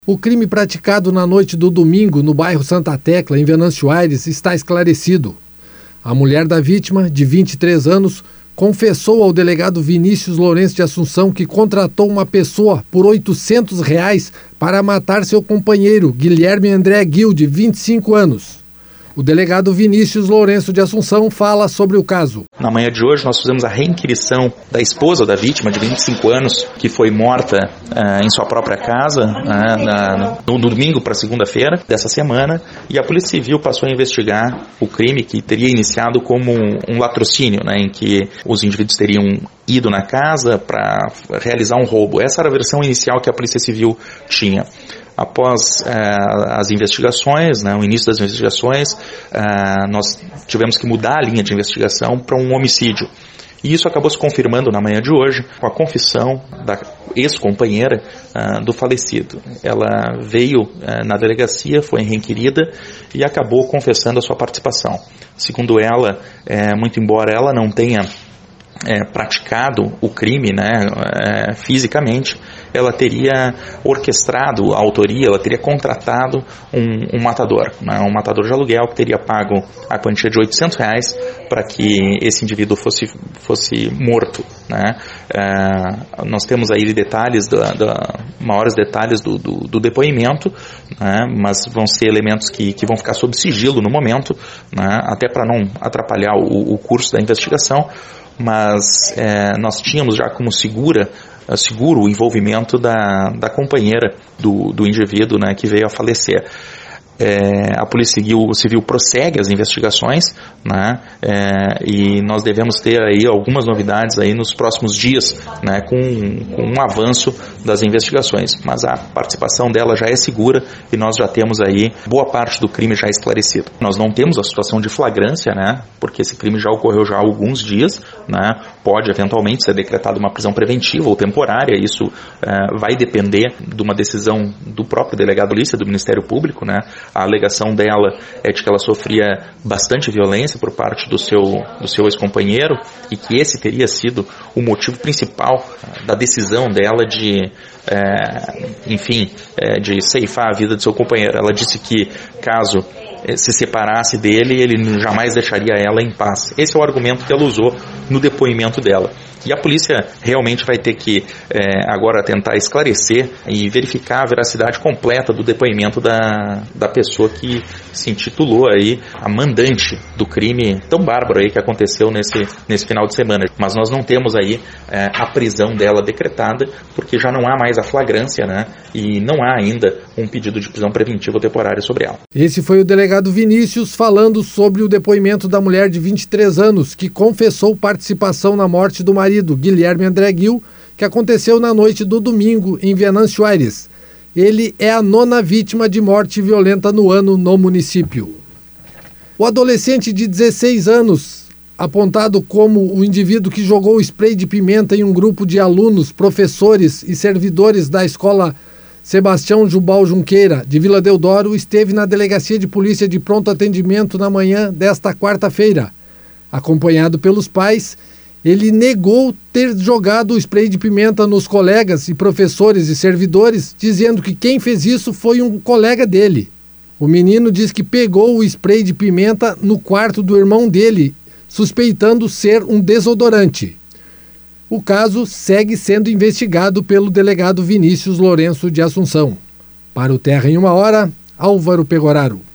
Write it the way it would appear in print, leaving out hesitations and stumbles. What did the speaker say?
O crime praticado na noite do domingo no bairro Santa Tecla, em Venâncio Aires, está esclarecido. A mulher da vítima, de 23 anos, confessou ao delegado Vinícius Lourenço de Assunção que contratou uma pessoa por R$800 para matar seu companheiro, Guilherme André Gil, de 25 anos. O delegado Vinícius Lourenço de Assunção fala sobre o caso. Na manhã de hoje nós fizemos a reinquirição da esposa da vítima, de 25 anos, que foi morta em sua própria casa no domingo para segunda-feira dessa semana, e a Polícia Civil passou a investigar o crime que teria iniciado como um latrocínio, em que os indivíduos teriam ido na casa para realizar um roubo. Essa era a versão inicial que a Polícia Civil tinha. Após as investigações, o início das investigações, nós tivemos que mudar a linha de investigação para um homicídio. E isso acabou se confirmando na manhã de hoje com a confissão da ex-companheira do falecido. Ela veio na delegacia, foi reinquirida e acabou confessando a sua participação. Segundo ela, muito embora ela não tenha praticado o crime fisicamente, ela teria orquestrado a autoria, ela teria contratado um matador, um matador de aluguel que teria pago a quantia de R$800 para que esse indivíduo fosse morto. Nós temos aí detalhes, maiores detalhes do depoimento, mas vão ser elementos que vão ficar sob sigilo no momento, até para não atrapalhar o curso da investigação. Mas nós tínhamos já como seguro o envolvimento da companheira do indivíduo que veio a falecer. A Polícia Civil prossegue as investigações, e nós devemos ter aí algumas novidades aí nos próximos dias, com um avanço das investigações. Mas a participação dela já é segura e nós já temos aí boa parte do crime já esclarecido. Nós não temos a situação de flagrância, porque esse crime já ocorreu já há alguns dias, pode eventualmente ser decretada uma prisão preventiva ou temporária. Isso vai depender de uma decisão do próprio delegado de polícia, do Ministério Público. A alegação dela é de que ela sofria bastante violência por parte do seu ex-companheiro e que esse teria sido o motivo principal da decisão dela de ceifar a vida do seu companheiro. Ela disse que caso se separasse dele, ele jamais deixaria ela em paz. Esse é o argumento que ela usou no depoimento dela. E a polícia realmente vai ter que agora tentar esclarecer e verificar a veracidade completa do depoimento da pessoa que se intitulou aí a mandante do crime tão bárbaro aí que aconteceu nesse final de semana. Mas nós não temos aí a prisão dela decretada, porque já não há mais a flagrância, e não há ainda um pedido de prisão preventiva ou temporária sobre ela. Esse foi o delegado Vinícius falando sobre o depoimento da mulher de 23 anos, que confessou participação na morte do marido, Guilherme André Gil, que aconteceu na noite do domingo em Venâncio Aires. Ele é a 9ª vítima de morte violenta no ano no município. O adolescente de 16 anos, apontado como o indivíduo que jogou spray de pimenta em um grupo de alunos, professores e servidores da escola Sebastião Jubal Junqueira, de Vila Deodoro, esteve na Delegacia de Polícia de Pronto Atendimento na manhã desta quarta-feira. Acompanhado pelos pais, ele negou ter jogado o spray de pimenta nos colegas e professores e servidores, dizendo que quem fez isso foi um colega dele. O menino diz que pegou o spray de pimenta no quarto do irmão dele, suspeitando ser um desodorante. O caso segue sendo investigado pelo delegado Vinícius Lourenço de Assunção. Para o Terra em Uma Hora, Álvaro Pegoraro.